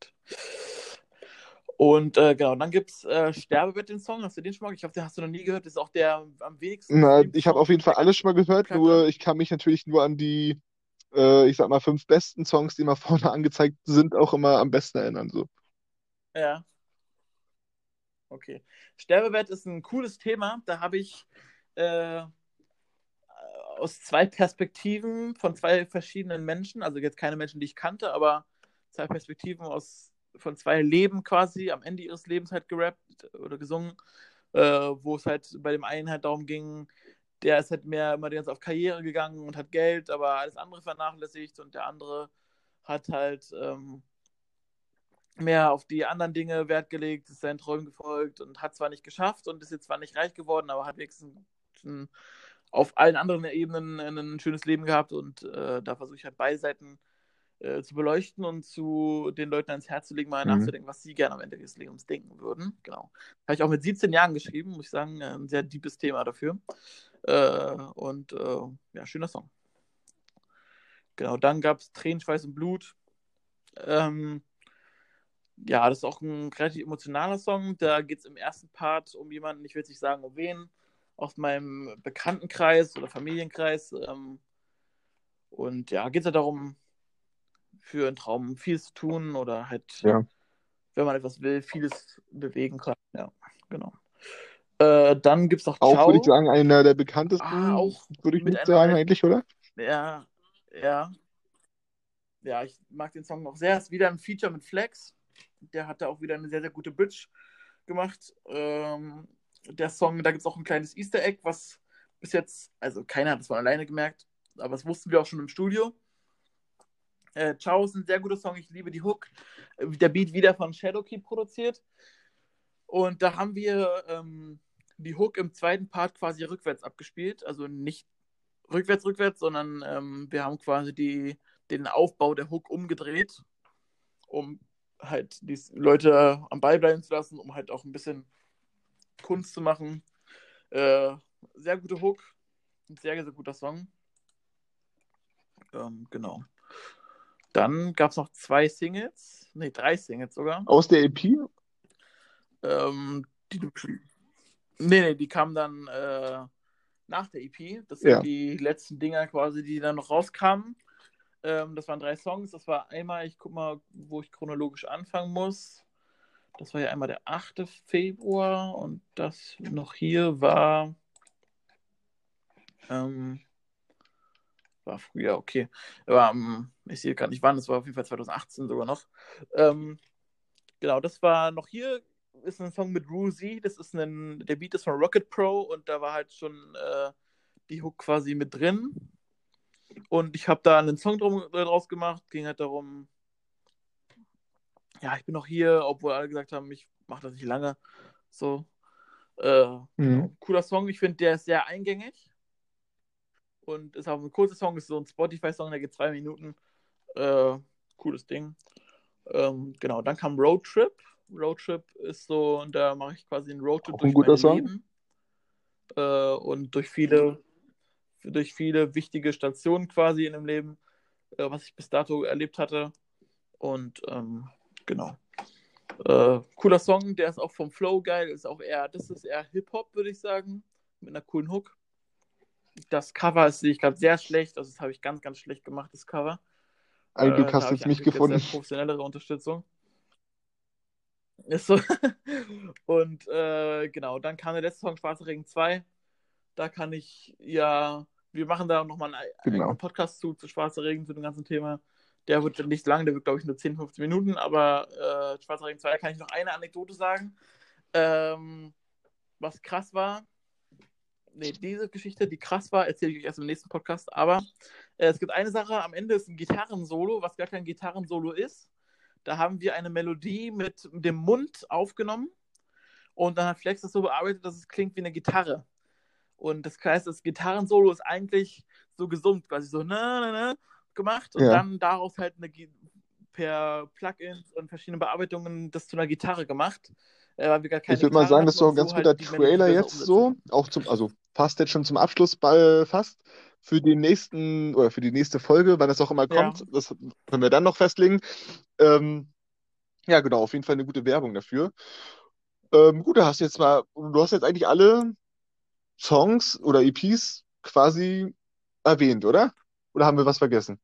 Und genau, dann gibt es Sterbebett, den Song. Hast du den schon mal? Ich glaube, den hast du noch nie gehört. Das ist auch der am wenigsten Na, gestreamte ich habe auf Song jeden Fall der alles schon mal gehört, Platte. nur ich kann mich natürlich nur an die, ich sag mal, 5 besten Songs, die immer vorne angezeigt sind, auch immer am besten erinnern. So. Ja, okay. Sterbebett ist ein cooles Thema. Da habe ich äh, aus zwei Perspektiven von zwei verschiedenen Menschen, also jetzt keine Menschen, die ich kannte, aber zwei Perspektiven von zwei Leben quasi, am Ende ihres Lebens halt gerappt oder gesungen, wo es halt bei dem einen halt darum ging, der ist halt mehr immer ganz auf Karriere gegangen und hat Geld, aber alles andere vernachlässigt und der andere hat halt mehr auf die anderen Dinge Wert gelegt, ist seinen Träumen gefolgt und hat zwar nicht geschafft und ist jetzt zwar nicht reich geworden, aber hat wenigstens auf allen anderen Ebenen ein schönes Leben gehabt und da versuche ich halt beide Seiten zu beleuchten und zu den Leuten ans Herz zu legen, mal Mhm. nachzudenken, was sie gerne am Ende des Lebens denken würden. Genau. Habe ich auch mit 17 Jahren geschrieben, muss ich sagen, ein sehr deepes Thema dafür. Ja, schöner Song. Genau, dann gab es Tränen, Schweiß und Blut. Ähm, ja, das ist auch ein relativ emotionaler Song. Da geht es im ersten Part um jemanden, ich will jetzt nicht sagen, um wen, aus meinem Bekanntenkreis oder Familienkreis. Und ja, geht es ja darum, für einen Traum vieles zu tun oder halt, Ja. wenn man etwas will, vieles bewegen kann. Ja, genau. Dann gibt es noch Auch, würde ich Ciao. sagen, einer der bekanntesten, Auch würde ich mit nicht einer sagen, meiner, eigentlich, oder? ja, ja, ja, ich mag den Song noch sehr. Ist wieder ein Feature mit Flex. Der hat da auch wieder eine sehr, sehr gute Bridge gemacht. Der Song, da gibt es auch ein kleines Easter Egg, was bis jetzt, also keiner hat es von alleine gemerkt, aber das wussten wir auch schon im Studio. Ciao ist ein sehr guter Song, ich liebe die Hook. Der Beat wieder von Shadowkey produziert. Und da haben wir die Hook im zweiten Part quasi rückwärts abgespielt. Also nicht rückwärts, sondern wir haben quasi den Aufbau der Hook umgedreht, um halt die Leute am Ball bleiben zu lassen, um halt auch ein bisschen Kunst zu machen. Sehr gute Hook, ein sehr, sehr guter Song. Genau. Dann gab es noch drei Singles sogar. Aus der EP? Die du nee, die kamen dann nach der EP. Das sind Ja. die letzten Dinger quasi, die dann noch rauskamen. Das waren drei Songs. Das war einmal, ich guck mal, wo ich chronologisch anfangen muss. Das war ja einmal der 8. Februar und das noch hier ähm, war früher, okay. Ich sehe gar nicht wann, das war auf jeden Fall 2018 sogar noch. Genau, das war noch hier, ist ein Song mit Ruzi, der Beat ist von Rocket Pro und da war halt schon die Hook quasi mit drin. Und ich habe da einen Song draus gemacht, ging halt darum, ja, ich bin noch hier, obwohl alle gesagt haben, ich mache das nicht lange. So, genau. Mhm. Cooler Song, ich finde, der ist sehr eingängig und ist auch ein kurzer Song, ist so ein Spotify-Song, der geht 2 Minuten. Cooles Ding. Genau, dann kam Road Trip. Road Trip ist so, und da mache ich quasi einen Roadtrip Auch ein durch guter mein Song. Leben und durch viele wichtige Stationen quasi in dem Leben, was ich bis dato erlebt hatte. Und genau. Cooler Song, der ist auch vom Flow geil, das ist eher Hip-Hop, würde ich sagen, mit einer coolen Hook. Das Cover ist, sehe ich gerade, sehr schlecht, also das habe ich ganz, ganz schlecht gemacht, das Cover. Ein Glück Da hast du habe jetzt ich mich angeguckt, jetzt gefunden. professionellere Unterstützung. Ist so. Und genau, dann kam der letzte Song, Schwarzer Regen 2. Da kann ich ja, wir machen da nochmal einen eigenen Genau. Podcast zu Schwarzer Regen, zu dem ganzen Thema. Der wird dann nicht lang, der wird, glaube ich, nur 10, 15 Minuten, aber Schwarzer Regen 2 kann ich noch eine Anekdote sagen. Was krass war, diese Geschichte, die krass war, erzähle ich euch erst im nächsten Podcast, aber es gibt eine Sache, am Ende ist ein Gitarrensolo, was gar kein Gitarrensolo ist. Da haben wir eine Melodie mit dem Mund aufgenommen und dann hat Flex das so bearbeitet, dass es klingt wie eine Gitarre. Und das heißt, das Gitarrensolo ist eigentlich so gesummt, quasi so gemacht und Ja. dann daraus halt per Plugins und verschiedene Bearbeitungen das zu einer Gitarre gemacht, weil wir gar keine Ich würde mal Gitarre sagen, das hatten ist so und ein ganz so guter halt die Melodie Trailer besser jetzt umsetzen so, konnten. auch also fast jetzt schon zum Abschluss fast für den nächsten oder für die nächste Folge, wann das auch immer Ja, kommt, das können wir dann noch festlegen. Ja, genau, auf jeden Fall eine gute Werbung dafür. Gut, du hast jetzt eigentlich alle Songs oder EPs quasi erwähnt, oder? Oder haben wir was vergessen?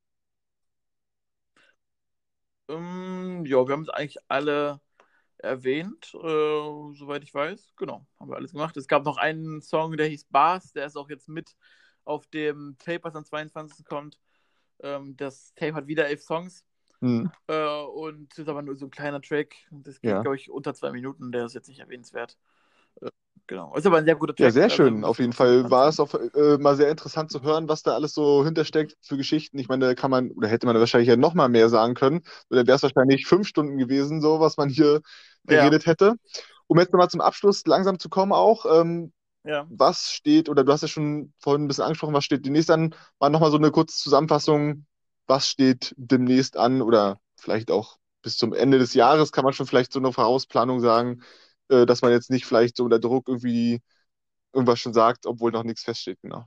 ja, wir haben es eigentlich alle erwähnt, soweit ich weiß. Genau, haben wir alles gemacht. Es gab noch einen Song, der hieß Bars, der ist auch jetzt mit auf dem Tape, was am 22. kommt. Das Tape hat wieder 11 Songs Hm, und ist aber nur so ein kleiner Track. Das geht, ja. glaube ich, unter 2 Minuten. Der ist jetzt nicht erwähnenswert. Genau, ist aber ein sehr guter Ja, Track. sehr Also schön. Auf müsst ihr jeden trotzdem Fall war es anfangen. auch mal sehr interessant zu hören, was da alles so hintersteckt für Geschichten. Ich meine, da kann man, oder hätte man da wahrscheinlich ja noch mal mehr sagen können. Oder wäre es wahrscheinlich 5 Stunden gewesen, so was man hier Ja, geredet hätte. Um jetzt nochmal zum Abschluss langsam zu kommen auch, ja. was steht, oder du hast ja schon vorhin ein bisschen angesprochen, was steht demnächst an? Mal nochmal so eine kurze Zusammenfassung, was steht demnächst an oder vielleicht auch bis zum Ende des Jahres kann man schon vielleicht so eine Vorausplanung sagen, dass man jetzt nicht vielleicht so unter Druck irgendwie irgendwas schon sagt, obwohl noch nichts feststeht, genau.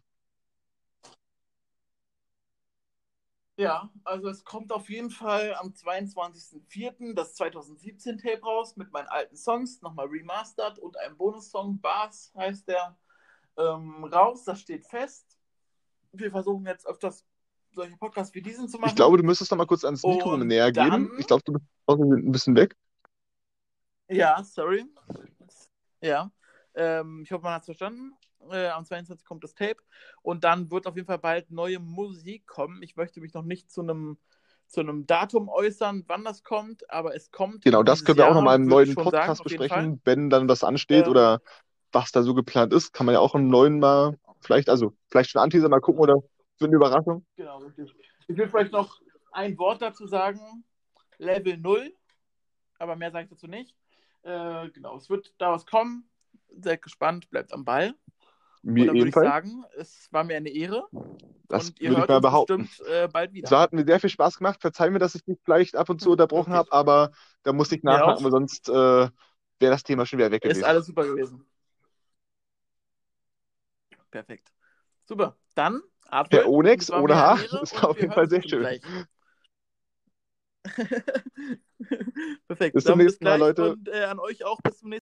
Ja, also es kommt auf jeden Fall am 22.04. das 2017 Tape raus mit meinen alten Songs, nochmal remastered und einem Bonussong, Bars heißt der, raus. Das steht fest. Wir versuchen jetzt öfters solche Podcasts wie diesen zu Ich glaube, machen. du müsstest noch mal kurz ans Mikro Und näher dann, gehen. Ich glaube, du bist auch ein bisschen weg. ja, sorry. Ja, ich hoffe, man hat es verstanden. Am 22. kommt das Tape und dann wird auf jeden Fall bald neue Musik kommen. Ich möchte mich noch nicht zu einem Datum äußern, wann das kommt, aber es kommt Genau, das dieses können wir auch noch mal Jahr, im würde ich neuen schon sagen, Podcast auf jeden Fall. besprechen, wenn dann was ansteht Ähm, oder was da so geplant ist. Kann man ja auch im neuen mal vielleicht schon anteasern, mal gucken oder für eine Überraschung. genau, richtig. Ich will vielleicht noch ein Wort dazu sagen. Level 0, aber mehr sage ich dazu nicht. Genau, es wird da was kommen. Seid gespannt, bleibt am Ball. Und Mir dann würde ich ebenfalls. sagen, es war mir eine Ehre Das und ihr würde ich hört mal uns behaupten. bestimmt bald Es wieder. hat mir sehr viel Spaß gemacht. Verzeih mir, dass ich dich vielleicht ab und zu unterbrochen Okay. habe, aber da musste ich Mir nachhaken, auch. weil sonst wäre das Thema schon wieder weg Ist gewesen. alles super gewesen. Perfekt. Super. Dann, Der Artwell, Onyx es war ohne mir eine Haar Ehre ist auf und wir jeden hören Fall uns sehr bestimmt schön. gleich. Perfekt. Bis zum Dann bis nächsten Mal, gleich Leute. und an euch auch bis zum nächsten Mal.